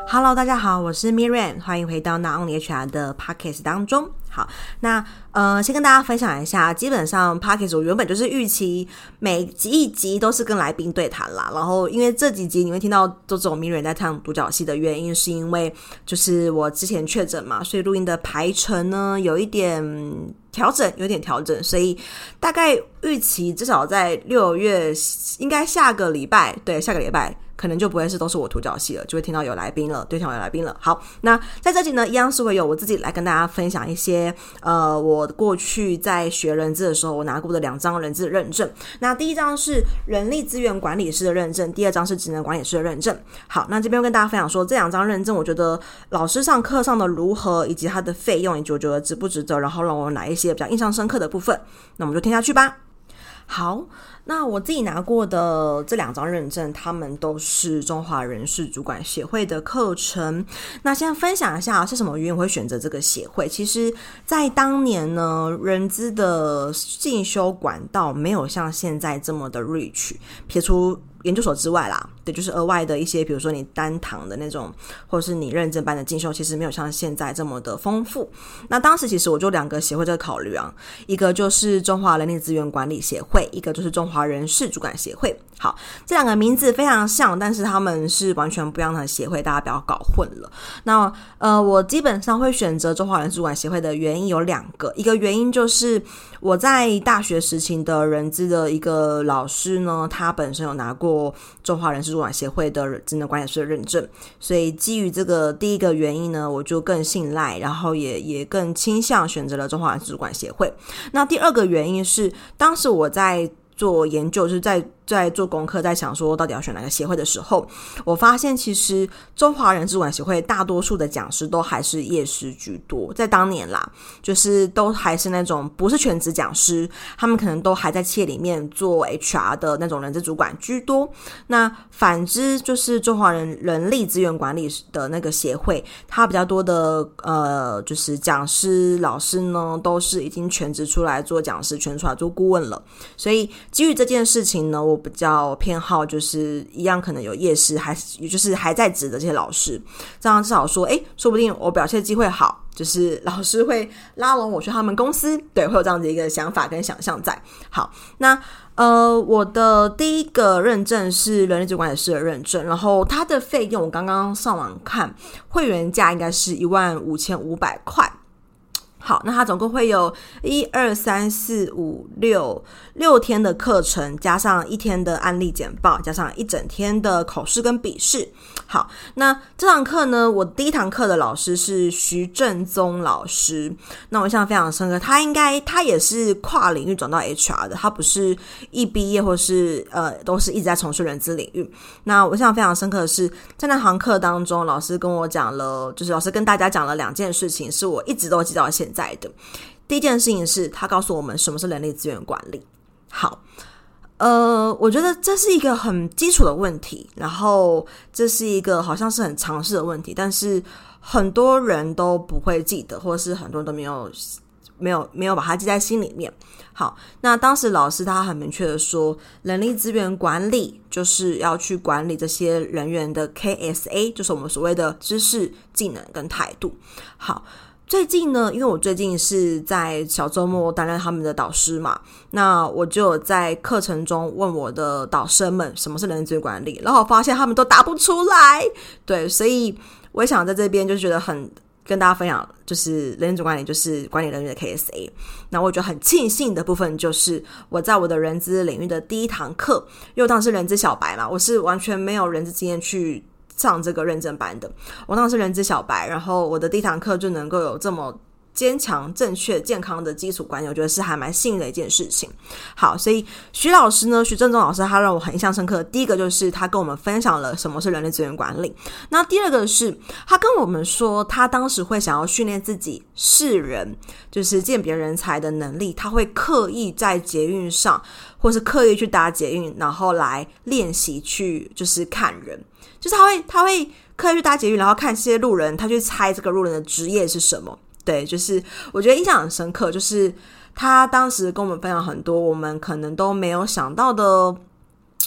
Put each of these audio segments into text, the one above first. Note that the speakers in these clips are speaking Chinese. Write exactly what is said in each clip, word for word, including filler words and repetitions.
Hello， 大家好，我是 Miriam， 欢迎回到 Not Only H R 的 Podcast 当中。好，那呃，先跟大家分享一下，基本上 Podcast 我原本就是预期每一集都是跟来宾对谈啦，然后因为这几集你会听到都只有 Miriam 在唱独角戏的原因，是因为就是我之前确诊嘛，所以录音的排程呢有一点调整，有点调整，所以大概预期至少在六月，应该下个礼拜，对，下个礼拜。可能就不会是都是我独角戏了，就会听到有来宾了，对，听到有来宾了。好，那在这集呢，一样是会有我自己来跟大家分享一些呃，我过去在学人资的时候，我拿过的两张人资的认证。那第一张是人力资源管理师的认证，第二张是职能管理师的认证。好，那这边跟大家分享说，这两张认证，我觉得老师上课上的如何，以及它的费用，以及我觉得值不值得，然后让我有哪一些比较印象深刻的部分，那我们就听下去吧。好，那我自己拿过的这两张认证，他们都是中华人事主管协会的课程。那先分享一下是什么原因我会选择这个协会。其实在当年呢，人资的进修管道没有像现在这么的 rich， 撇除研究所之外啦，对，就是额外的一些，比如说你单堂的那种，或者是你认证班的进修，其实没有像现在这么的丰富。那当时其实我就两个协会在考虑啊，一个就是中华人力资源管理协会，一个就是中华人事主管协会。好，这两个名字非常像，但是他们是完全不一样的协会，大家不要搞混了。那呃，我基本上会选择中华人事主管协会的原因有两个，一个原因就是我在大学时期的人资的一个老师呢，他本身有拿过中华人事主管协会的职能管理师的认证，所以基于这个第一个原因呢，我就更信赖，然后也也更倾向选择了中华人事主管协会。那第二个原因是，当时我在做研究，就是在在做功课，在想说到底要选哪个协会的时候，我发现其实中华人事主管协会大多数的讲师都还是业师居多，在当年啦，就是都还是那种不是全职讲师，他们可能都还在企业里面做 H R 的那种人资主管居多。那反之就是中华人人力资源管理的那个协会，它比较多的呃，就是讲师老师呢，都是已经全职出来做讲师，全职出来做顾问了。所以基于这件事情呢，我比较偏好就是一样可能有业师，还也就是还在职的这些老师，这样至少说诶，说不定我表现机会好，就是老师会拉拢我去他们公司，对，会有这样的一个想法跟想象在。好，那呃，我的第一个认证是人力资源管理师的认证，然后它的费用我刚刚上网看，会员价应该是一万五千五百块。好，那它总共会有一二三四五六六天的课程，加上一天的案例简报，加上一整天的口试跟笔试。好，那这堂课呢，我第一堂课的老师是徐正宗老师，那我印象非常深刻，他应该他也是跨领域转到 H R 的，他不是一毕业或是呃都是一直在从事人资领域。那我印象非常深刻的是，在那堂课当中，老师跟我讲了，就是老师跟大家讲了两件事情，是我一直都记到现在的。第一件事情是他告诉我们什么是人力资源管理。好，呃，我觉得这是一个很基础的问题，然后这是一个好像是很常识的问题，但是很多人都不会记得，或者是很多人都没有没有没有把它记在心里面。好，那当时老师他很明确的说，人力资源管理就是要去管理这些人员的 K S A， 就是我们所谓的知识、技能跟态度。好，最近呢，因为我最近是在小周末担任他们的导师嘛，那我就有在课程中问我的导生们什么是人力资源管理，然后我发现他们都答不出来。对，所以我也想在这边就觉得很跟大家分享，就是人力资源管理就是管理人员的 K S A。 那我觉得很庆幸的部分就是我在我的人资领域的第一堂课，因为我当时是人资小白嘛，我是完全没有人资经验去上这个认证班的，我当时是人资小白，然后我的第一堂课就能够有这么坚强、正确、健康的基础观念，我觉得是还蛮幸运的一件事情。好，所以徐老师呢，徐正宗老师，他让我很印象深刻。第一个就是他跟我们分享了什么是人力资源管理，那第二个是他跟我们说，他当时会想要训练自己识人，就是鉴别人才的能力，他会刻意在捷运上，或是刻意去搭捷运，然后来练习去就是看人。就是他会他会刻意去搭捷运，然后看这些路人，他去猜这个路人的职业是什么。对，就是我觉得印象很深刻，就是他当时跟我们分享很多我们可能都没有想到的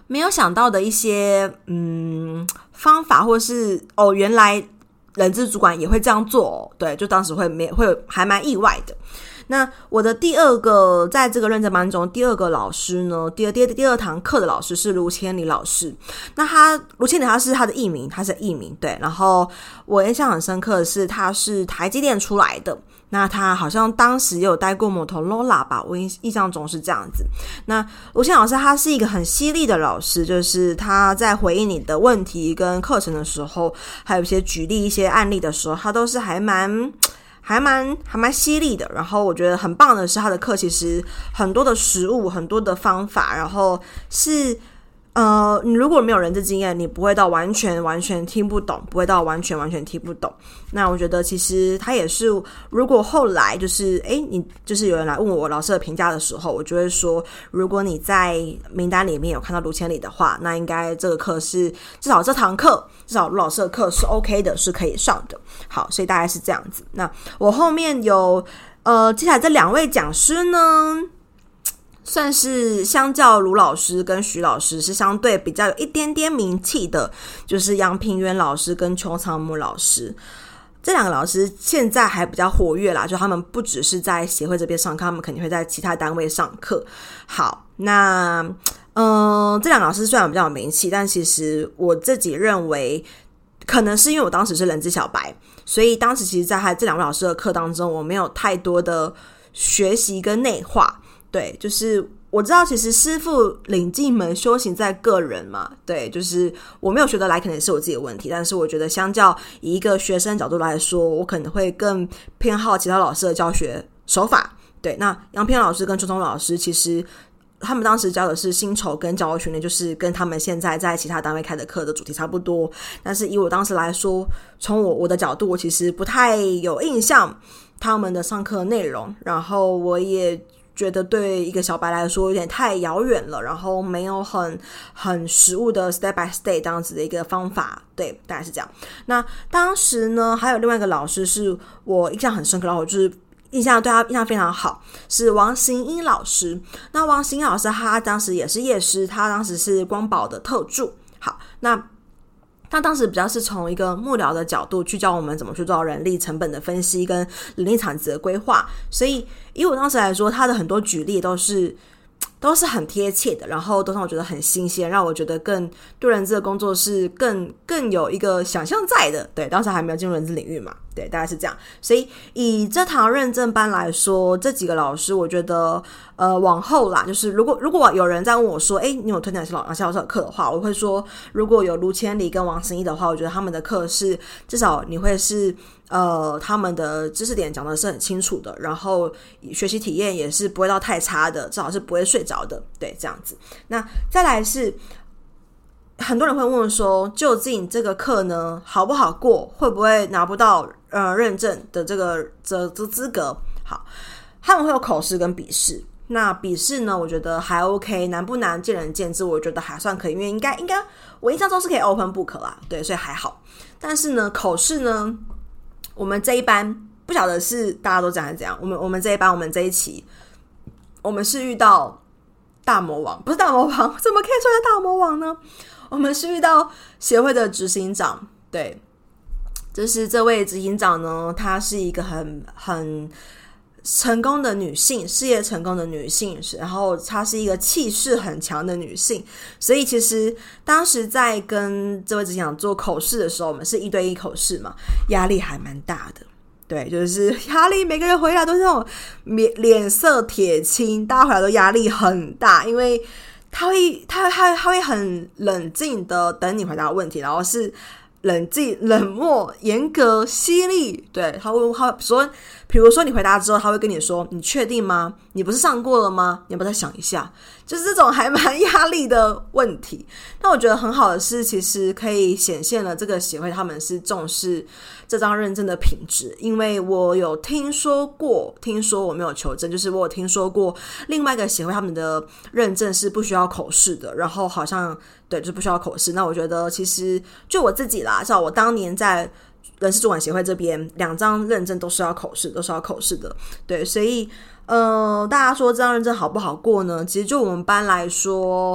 没有想到的一些嗯方法，或是哦原来人资主管也会这样做哦，对，就当时会没会还蛮意外的。那我的第二个在这个认证班中第二个老师呢，第二第二第二堂课的老师是卢千里老师。那他卢千里他是他的艺名，他是艺名，对。然后我印象很深刻的是他是台积电出来的，那他好像当时也有待过 Motorola 吧，我印象中是这样子。那卢千老师他是一个很犀利的老师，就是他在回应你的问题跟课程的时候，还有一些举例一些案例的时候，他都是还蛮还蛮还蛮犀利的。然后我觉得很棒的是他的课其实很多的实务，很多的方法，然后是呃，你如果没有人资经验，你不会到完全完全听不懂，不会到完全完全听不懂。那我觉得其实他也是，如果后来就是诶你就是有人来问我老师的评价的时候，我就会说，如果你在名单里面有看到卢千里的话，那应该这个课是至少这堂课至少卢老师的课是 OK 的，是可以上的。好，所以大概是这样子。那我后面有呃接下来这两位讲师呢，算是相较卢老师跟徐老师是相对比较有一点点名气的，就是杨平渊老师跟邱长木老师。这两个老师现在还比较活跃啦，就他们不只是在协会这边上课，他们肯定会在其他单位上课。好，那嗯、呃，这两个老师虽然比较有名气，但其实我自己认为可能是因为我当时是人资小白，所以当时其实在这两位老师的课当中，我没有太多的学习跟内化。对，就是我知道其实师父领进门，修行在个人嘛。对，就是我没有学得来可能是我自己的问题，但是我觉得相较以一个学生角度来说，我可能会更偏好其他老师的教学手法。对，那杨平老师跟邱忠老师其实他们当时教的是薪酬跟教育训练，就是跟他们现在在其他单位开的课的主题差不多。但是以我当时来说，从我我的角度，我其实不太有印象他们的上课内容，然后我也觉得对一个小白来说有点太遥远了，然后没有很很实务的 step by step 这样子的一个方法。对，大概是这样。那当时呢还有另外一个老师是我印象很深刻，然后我就是印象对他印象非常好，是王行英老师。那王行英老师他当时也是业师，他当时是光宝的特助。好，那他当时比较是从一个幕僚的角度去教我们怎么去做人力成本的分析跟人力产值的规划，所以以我当时来说，他的很多举例都是都是很贴切的，然后都让我觉得很新鲜，让我觉得更对人资的工作是更更有一个想象在的。对，当时还没有进入人资领域嘛，对，大概是这样。所以以这堂认证班来说，这几个老师我觉得呃往后啦，就是如果如果有人在问我说，诶你有推荐哪些老哪些老师的课的话，我会说如果有卢千里跟王生一的话，我觉得他们的课是至少你会是呃他们的知识点讲的是很清楚的，然后学习体验也是不会到太差的，至少是不会睡着的。对，这样子。那再来是很多人会问说，究竟这个课呢好不好过，会不会拿不到呃认证的这个这这资格？好，他们会有口试跟笔试。那笔试呢，我觉得还 OK， 难不难见仁见智，我觉得还算可以，因为应该应该我印象中是可以 open book 啦，对，所以还好。但是呢，口试呢，我们这一班不晓得是大家都这样还是怎样，我们我们这一班我们这一期，我们是遇到大魔王，不是大魔王，怎么可以说是大魔王呢？我们是遇到协会的执行长，对，就是这位执行长呢，她是一个很很成功的女性，事业成功的女性，然后她是一个气势很强的女性，所以其实当时在跟这位执行长做口试的时候，我们是一对一口试嘛，压力还蛮大的。对，就是压力，每个人回来都是那种脸色铁青，大家回来都压力很大，因为他会他他他会很冷静的等你回答问题，然后是冷静、冷漠、严格、犀利。对，他会他说，比如说你回答之后，他会跟你说：“你确定吗？你不是上过了吗？你要不要再想一下？”就是这种还蛮压力的问题。但我觉得很好的是，其实可以显现了这个协会他们是重视这张认证的品质。因为我有听说过，听说我没有求证，就是我有听说过另外一个协会他们的认证是不需要口试的，然后好像对，就是不需要口试。那我觉得其实就我自己啦，像我当年在人事主管协会这边，两张认证都是要口试，都是要口试的。对，所以呃，大家说这张认证好不好过呢？其实就我们班来说，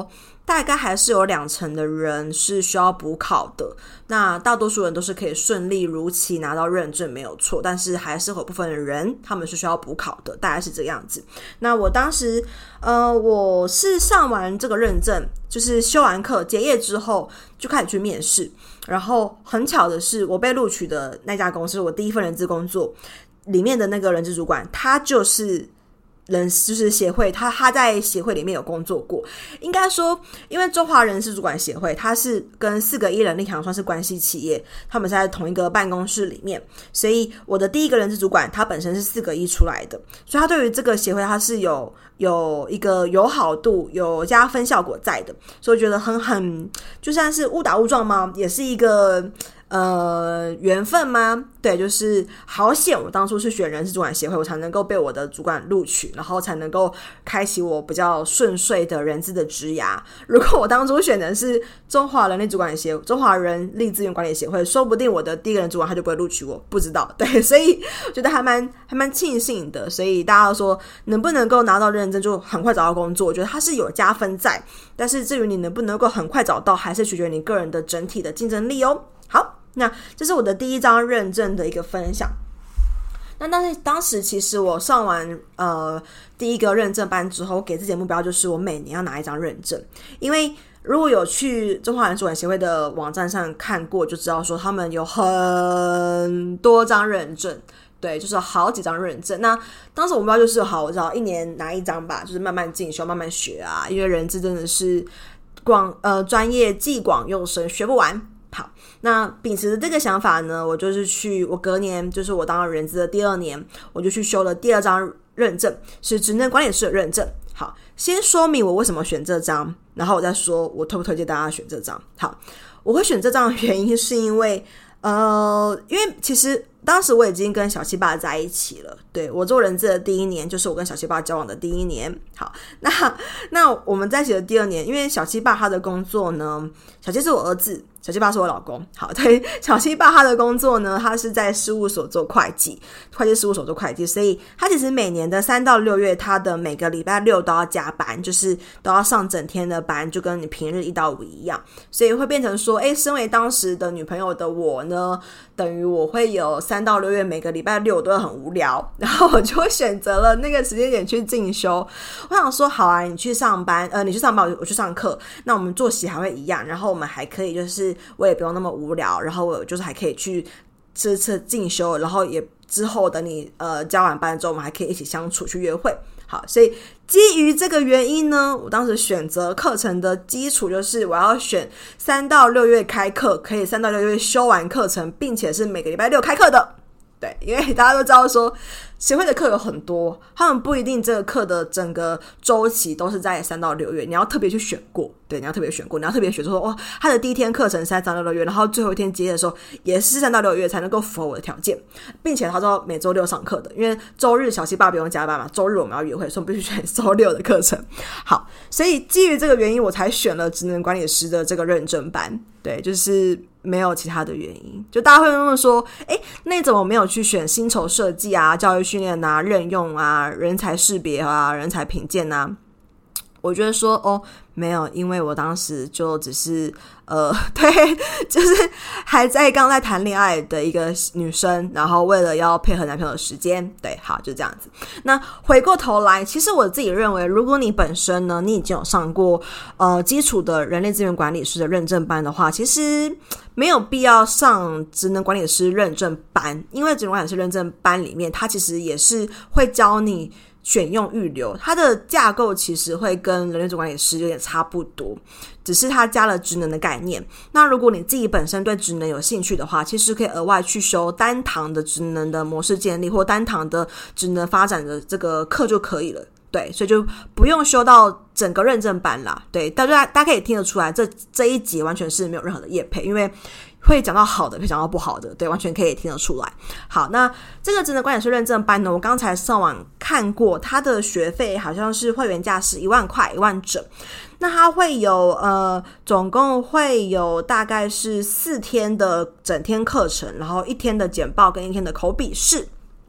大概还是有两成的人是需要补考的，那大多数人都是可以顺利如期拿到认证没有错，但是还是有部分的人他们是需要补考的，大概是这个样子。那我当时呃，我是上完这个认证，就是修完课结业之后就开始去面试，然后很巧的是我被录取的那家公司，我第一份人资工作里面的那个人资主管，他就是人就是协会，他他在协会里面有工作过。应该说因为中华人事主管协会它是跟四个一人力行算是关系企业，他们是在同一个办公室里面，所以我的第一个人事主管他本身是四个一出来的，所以他对于这个协会他是有有一个友好度有加分效果在的，所以我觉得很很就算是误打误撞吗，也是一个呃，缘分吗？对，就是好险我当初是选人事主管协会，我才能够被我的主管录取，然后才能够开启我比较顺遂的人资的职涯。如果我当初选的是中华人力主管协中华人力资源管理协会，说不定我的第一个人主管他就不会录取我，不知道。对，所以我觉得还蛮还蛮庆幸的。所以大家都说能不能够拿到认证就很快找到工作，我觉得它是有加分在，但是至于你能不能够很快找到，还是取决于你个人的整体的竞争力哦。好，那这是我的第一张认证的一个分享。那但是当时其实我上完呃第一个认证班之后，我给自己的目标就是我每年要拿一张认证。因为如果有去中华人主管协会的网站上看过，就知道说他们有很多张认证，对，就是好几张认证。那当时我目标就是好，我知道一年拿一张吧，就是慢慢进修慢慢学啊，因为人资真的是广呃专业既广又深，学不完。好，那秉持这个想法呢，我就是去我隔年就是我当了人资的第二年，我就去修了第二张认证，是职能管理师的认证。好，先说明我为什么选这张，然后我再说我推不推荐大家选这张。好，我会选这张的原因是因为呃，因为其实当时我已经跟小七爸在一起了，对，我做人资的第一年就是我跟小七爸交往的第一年。好，那那我们在一起的第二年，因为小七爸他的工作呢，小七是我儿子，小七爸是我老公。好，对，小七爸他的工作呢，他是在事务所做会计，会计事务所做会计，所以他其实每年的三到六月，他的每个礼拜六都要加班，就是都要上整天的班，就跟你平日一到五一样，所以会变成说，诶，身为当时的女朋友的我呢，等于我会有三到六月每个礼拜六都会很无聊，然后我就会选择了那个时间点去进修。我想说好啊，你去上班呃，你去上班我去上课，那我们作息还会一样，然后我们还可以就是我也不用那么无聊，然后我就是还可以去这次进修，然后也之后等你呃交完班之后我们还可以一起相处去约会。好，所以基于这个原因呢，我当时选择课程的基础就是我要选三到六月开课，可以三到六月修完课程，并且是每个礼拜六开课的。对，因为大家都知道说协会的课有很多，他们不一定这个课的整个周期都是在三到六月，你要特别去选过。对，你要特别选过，你要特别选说，哇，他的第一天课程是在三到六月，然后最后一天结业的时候也是三到六月才能够符合我的条件，并且他说每周六上课的，因为周日小七爸不用加班嘛，周日我们要约会，所以我们必须选周六的课程。好，所以基于这个原因，我才选了职能管理师的这个认证班。对，就是没有其他的原因。就大家会问说，诶，那你怎么没有去选薪酬设计啊、教育训练啊、任用啊、人才识别啊、人才评鉴啊？我觉得说哦，没有，因为我当时就只是呃，对，就是还在刚在谈恋爱的一个女生，然后为了要配合男朋友的时间，对，好，就这样子。那回过头来，其实我自己认为，如果你本身呢，你已经有上过呃基础的人力资源管理师的认证班的话，其实没有必要上职能管理师认证班，因为职能管理师认证班里面，它其实也是会教你选用预留，它的架构其实会跟人力资源管理师有点差不多，只是它加了职能的概念。那如果你自己本身对职能有兴趣的话，其实可以额外去修单堂的职能的模式建立或单堂的职能发展的这个课就可以了。对，所以就不用修到整个认证班啦。对，大家大家可以听得出来，这这一集完全是没有任何的业配，因为会讲到好的，会讲到不好的，对，完全可以听得出来。好，那这个职能管理师认证班呢，我刚才上网看过，它的学费好像是会员价是一万块，一万整。那它会有呃，总共会有大概是四天的整天课程，然后一天的简报跟一天的口笔试。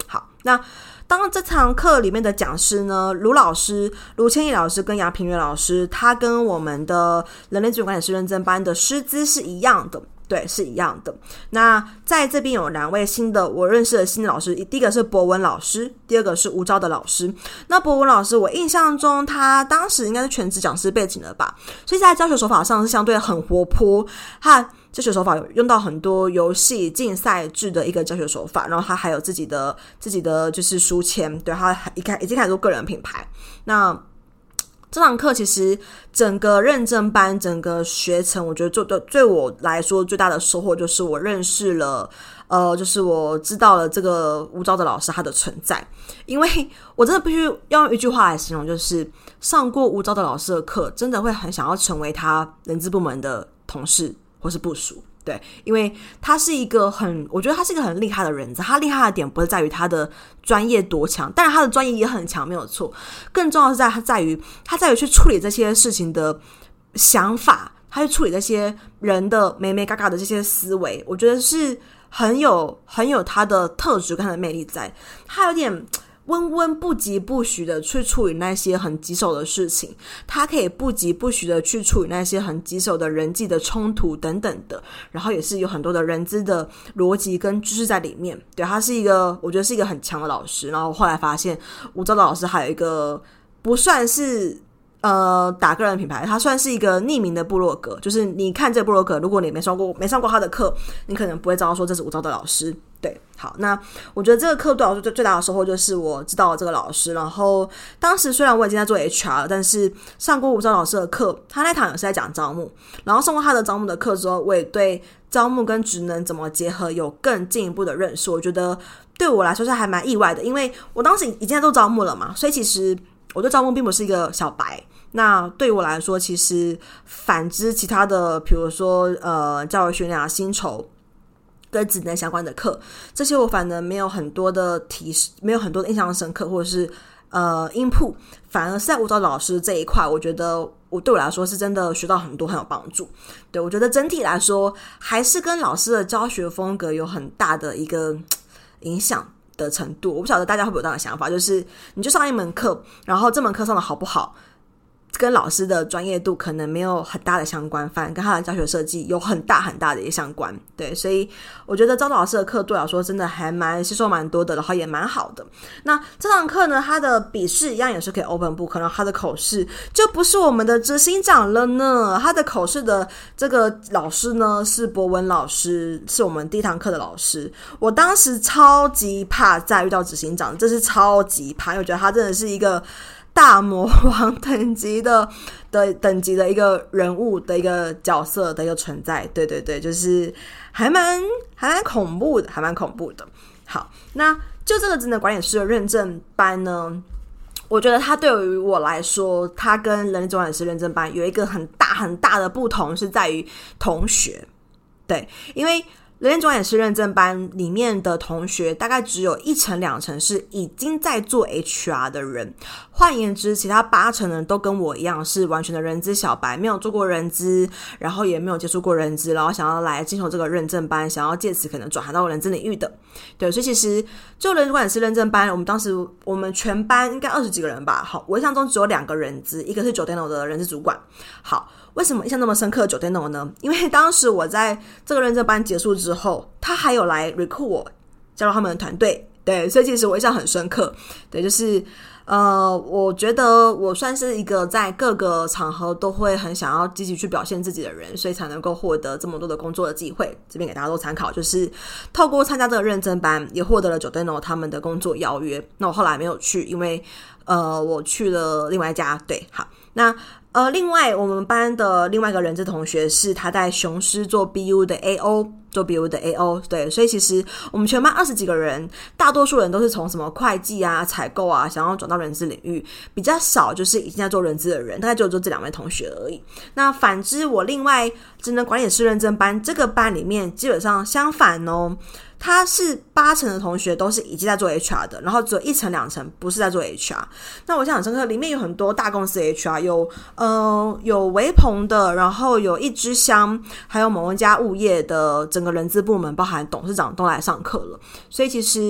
好，那当这堂课里面的讲师呢，卢老师、卢千义老师跟杨平原老师，他跟我们的人类资源管理师认证班的师资是一样的。对，是一样的。那在这边有两位新的我认识的新的老师，第一个是博文老师，第二个是吴钊的老师。那博文老师我印象中他当时应该是全职讲师背景的吧，所以在教学手法上是相对很活泼，他教学手法有用到很多游戏竞赛制的一个教学手法，然后他还有自己的自己的就是书签，对，他一开已经开始做个人品牌。那这堂课其实整个认证班整个学程，我觉得对对我来说最大的收获就是我认识了呃，就是我知道了这个吴钊的老师他的存在。因为我真的必须要用一句话来形容，就是上过吴钊的老师的课真的会很想要成为他人资部门的同事或是部属。对，因为他是一个很我觉得他是一个很厉害的人，他厉害的点不是在于他的专业多强，当然他的专业也很强没有错，更重要的是在他在于他在于去处理这些事情的想法，他去处理这些人的眉眉嘎嘎的这些思维，我觉得是很有很有他的特质跟他的魅力在。他有点温温不疾不徐的去处理那些很棘手的事情，他可以不疾不徐的去处理那些很棘手的人际的冲突等等的，然后也是有很多的人资的逻辑跟知识在里面。对，他是一个我觉得是一个很强的老师。然后后来发现吴钊的老师还有一个不算是呃打个人品牌，他算是一个匿名的部落格，就是你看这个部落格，如果你没上过没上过他的课，你可能不会知道说这是吴钊的老师。对，好，那我觉得这个课对我最最大的收获就是我知道了这个老师。然后当时虽然我已经在做 H R 了，但是上过吴钊老师的课，他那堂也是在讲招募，然后上过他的招募的课之后，我也对招募跟职能怎么结合有更进一步的认识。我觉得对我来说是还蛮意外的，因为我当时已经在做招募了嘛，所以其实我对招募并不是一个小白。那对于我来说，其实反之其他的比如说呃教育训练啊、薪酬跟职能相关的课，这些我反而没有很多的提示，没有很多的印象深刻或者是呃 input， 反而是在吴钊老师这一块，我觉得我对我来说是真的学到很多，很有帮助。对，我觉得整体来说还是跟老师的教学风格有很大的一个影响的程度。我不晓得大家会不会有这样的想法，就是你就上一门课，然后这门课上的好不好跟老师的专业度可能没有很大的相关，反而跟他的教学设计有很大很大的一个相关。对，所以我觉得钊老师的课对我来说真的还蛮吸收蛮多的，然后也蛮好的。那这堂课呢，他的笔试一样也是可以 open book， 然后他的口试就不是我们的执行长了呢，他的口试的这个老师呢是博文老师，是我们第一堂课的老师。我当时超级怕再遇到执行长，这是超级怕，因为我觉得他真的是一个大魔王等级的的等级的一个人物的一个角色的一个存在。对对对，就是还蛮还蛮恐怖的，还蛮恐怖的。好，那就这个职能管理师的认证班呢，我觉得它对于我来说，它跟人力资源管理师认证班有一个很大很大的不同，是在于同学。对，因为人力资源管理师认证班里面的同学大概只有一成两成是已经在做 H R 的人，换言之其他八成的人都跟我一样是完全的人资小白，没有做过人资，然后也没有接触过人资，然后想要来进行这个认证班，想要借此可能转行到人资领域的。对，所以其实就人资管理师认证班，我们当时我们全班应该二十几个人吧。好，我印象中只有两个人资，一个是九电脑的人资主管。好，为什么印象那么深刻的九电脑呢？因为当时我在这个认证班结束之后，他还有来 recruit 我加入他们的团队。对，所以其实我印象很深刻。对，就是呃，我觉得我算是一个在各个场合都会很想要积极去表现自己的人，所以才能够获得这么多的工作的机会。这边给大家做参考，就是透过参加这个认证班，也获得了九 Deno 他们的工作邀约。那我后来没有去，因为呃，我去了另外一家。对，好，那呃，另外我们班的另外一个人资同学是他在雄狮做 B U 的 A O， 做 B U 的 A O。 对，所以其实我们全班二十几个人，大多数人都是从什么会计啊、采购啊想要转到人资领域，比较少就是已经在做人资的人，大概就就这两位同学而已。那反之我另外职能管理师认证班这个班里面基本上相反哦，他是八成的同学都是已经在做 H R 的，然后只有一成两成不是在做 H R。 那我想很深刻，里面有很多大公司的 H R， 有呃有微鹏的，然后有一支香，还有某一家物业的整个人资部门包含董事长都来上课了。所以其实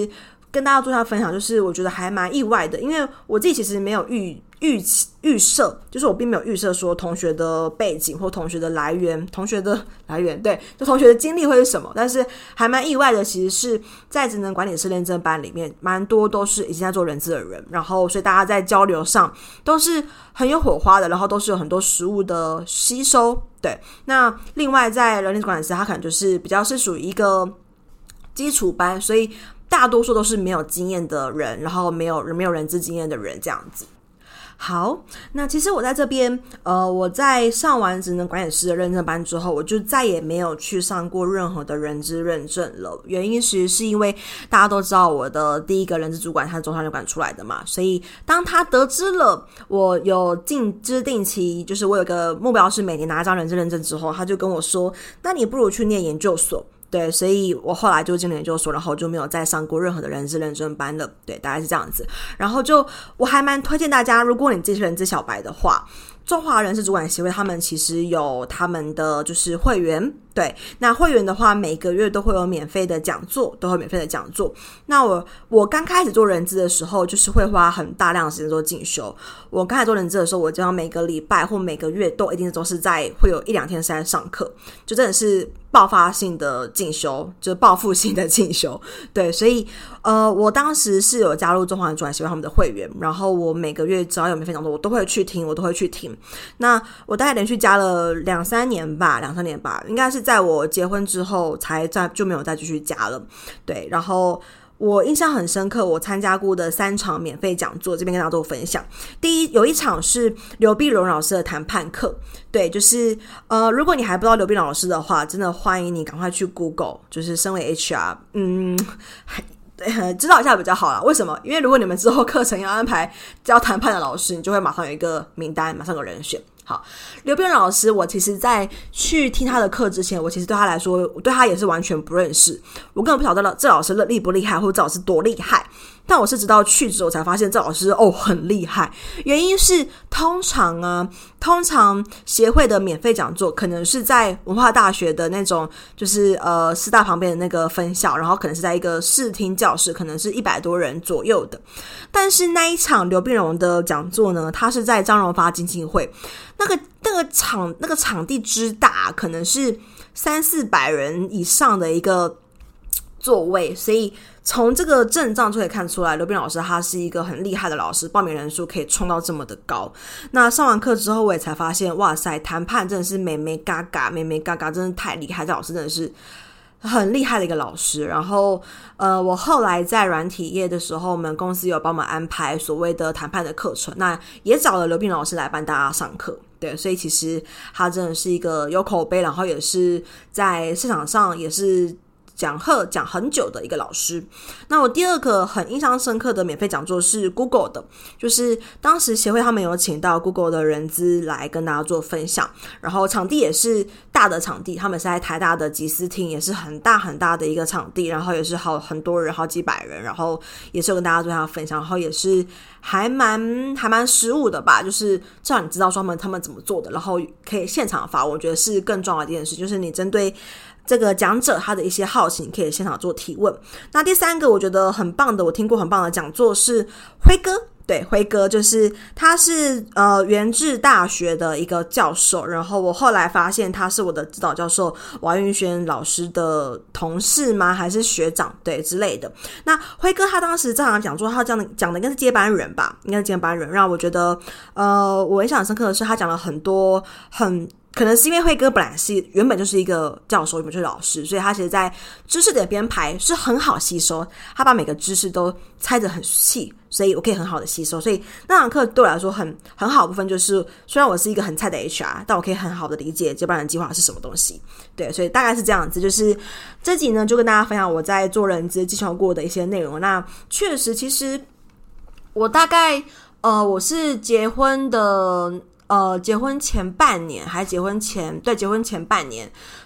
跟大家做一下分享，就是我觉得还蛮意外的，因为我自己其实没有预预预设，就是我并没有预设说同学的背景或同学的来源，同学的来源对，就同学的经历会是什么。但是还蛮意外的，其实是在职能管理师认证班里面，蛮多都是已经在做人资的人，然后所以大家在交流上都是很有火花的，然后都是有很多实务的吸收。对，那另外在人力管理师，他可能就是比较是属于一个基础班，所以大多数都是没有经验的人，然后没有没有人资经验的人这样子。好，那其实我在这边，呃，我在上完职能管理师的认证班之后，我就再也没有去上过任何的人资认证了。原因其实是因为大家都知道我的第一个人资主管他是中商流管出来的嘛，所以当他得知了我有进资定期，就是我有个目标是每年拿一张人资认证之后，他就跟我说，那你不如去念研究所。对，所以我后来就进了研究所，然后就没有再上过任何的人资认证班了。对，大概是这样子。然后就我还蛮推荐大家，如果你自己是人资小白的话，中华人事主管协会他们其实有他们的就是会员。对，那会员的话每个月都会有免费的讲座，都会有免费的讲座。那我我刚开始做人资的时候，就是会花很大量的时间做进修。我刚才做人资的时候，我就要每个礼拜或每个月都一定都是在会有一两天是在上课，就真的是爆发性的进修，就是报复性的进修。对，所以呃，我当时是有加入中华人主管协会他们的会员，然后我每个月只要有免费讲座，我都会去听，我都会去听。那我大概连续加了两三年吧，两三年吧，应该是在我结婚之后才再就没有再继续加了。对，然后我印象很深刻，我参加过的三场免费讲座，这边跟大家做分享。第一，有一场是刘碧荣老师的谈判课，对，就是呃，如果你还不知道刘碧荣老师的话，真的欢迎你赶快去 Google， 就是身为 H R， 嗯。对，知道一下比较好啦。为什么？因为如果你们之后课程要安排教谈判的老师，你就会马上有一个名单，马上有人选。好，刘碧荣老师，我其实在去听他的课之前，我其实对他来说，我对他也是完全不认识，我根本不晓得这老师厉不厉害，或者这老师多厉害。但我是直到去之后才发现这老师哦很厉害，原因是通常啊，通常协会的免费讲座可能是在文化大学的那种，就是呃师大旁边的那个分校，然后可能是在一个视听教室，可能是一百多人左右的。但是那一场刘碧荣的讲座呢，他是在张荣发基金会，那个那个场那个场地之大，可能是三四百人以上的一个座位，所以从这个阵仗就可以看出来，刘碧荣老师他是一个很厉害的老师，报名人数可以冲到这么的高。那上完课之后，我也才发现，哇塞，谈判真的是美美嘎嘎，美美嘎嘎，真的太厉害，这老师真的是很厉害的一个老师。然后呃，我后来在软体业的时候，我们公司有帮我们安排所谓的谈判的课程，那也找了刘碧荣老师来帮大家上课。对，所以其实他真的是一个有口碑，然后也是在市场上也是讲课讲很久的一个老师。那我第二个很印象深刻的免费讲座是 Google 的，就是当时协会他们有请到 Google 的人资来跟大家做分享，然后场地也是大的场地，他们是在台大的集思厅，也是很大很大的一个场地，然后也是好很多人，好几百人，然后也是有跟大家做一下分享，然后也是还蛮还蛮实务的吧，就是至少你知道说他们他们怎么做的，然后可以现场发问，我觉得是更重要的一件事，就是你针对这个讲者他的一些好奇，你可以现场做提问。那第三个我觉得很棒的，我听过很棒的讲座是辉哥。对，辉哥就是他是呃元智大学的一个教授，然后我后来发现他是我的指导教授王云轩老师的同事吗？还是学长？对之类的。那辉哥他当时这场讲座，他讲的讲的应该是接班人吧，应该是接班人，让我觉得呃我印象很深刻的是他讲了很多很。可能是因为辉哥本来是原本就是一个教授，原本就是老师，所以他其实在知识点编排是很好吸收，他把每个知识都拆得很细，所以我可以很好的吸收。所以那堂课对我来说很很好的部分就是，虽然我是一个很菜的 H R， 但我可以很好的理解接班人计划是什么东西。对，所以大概是这样子。就是这集呢，就跟大家分享我在做人资技巧过的一些内容。那确实，其实我大概呃，我是结婚的。呃，结婚前半年还是结婚前对结婚前半年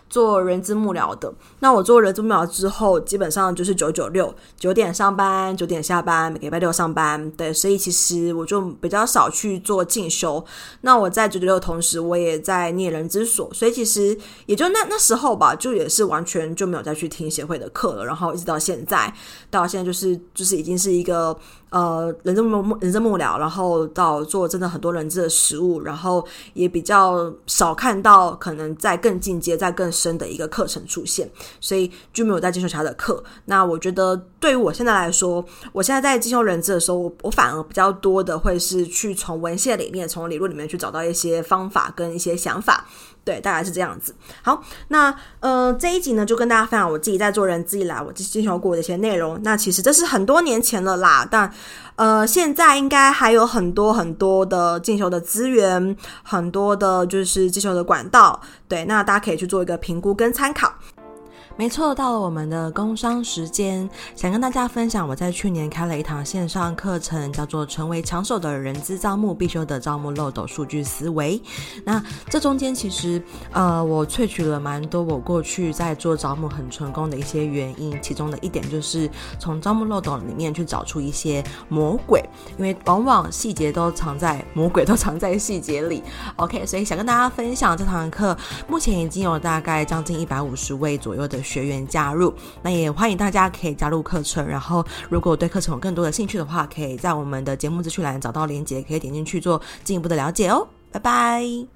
做人资幕僚的。那我做人资幕僚之后，基本上就是九九六，九点上班，九点下班，每个礼拜六上班。对，所以其实我就比较少去做进修。那我在九九六的同时，我也在念人资所，所以其实也就那那时候吧，就也是完全就没有再去听协会的课了。然后一直到现在，到现在就是就是已经是一个呃人资幕人资幕僚，然后到做真的很多人资的实务，然后也比较少看到可能在更进阶、在更深的一个课程出现，所以就没有在进修其他的课。那我觉得对于我现在来说，我现在在进修人资的时候，我我反而比较多的会是去从文献里面、从理论里面去找到一些方法跟一些想法。对，大概是这样子。好，那呃这一集呢，就跟大家分享我自己在做人资以来我进修过的一些内容。那其实这是很多年前了啦，但呃现在应该还有很多很多的进修的资源，很多的就是进修的管道。对，那大家可以去做一个评估跟参考。没错，到了我们的工商时间，想跟大家分享我在去年开了一堂线上课程，叫做成为抢手的人资招募必修的招募漏斗数据思维。那这中间其实呃，我萃取了蛮多我过去在做招募很成功的一些原因，其中的一点就是从招募漏斗里面去找出一些魔鬼，因为往往细节都藏在魔鬼都藏在细节里。 OK， 所以想跟大家分享这堂课目前已经有大概将近一百五十位左右的学员加入，那也欢迎大家可以加入课程，然后如果对课程有更多的兴趣的话，可以在我们的节目资讯栏找到连结，可以点进去做进一步的了解哦。拜拜。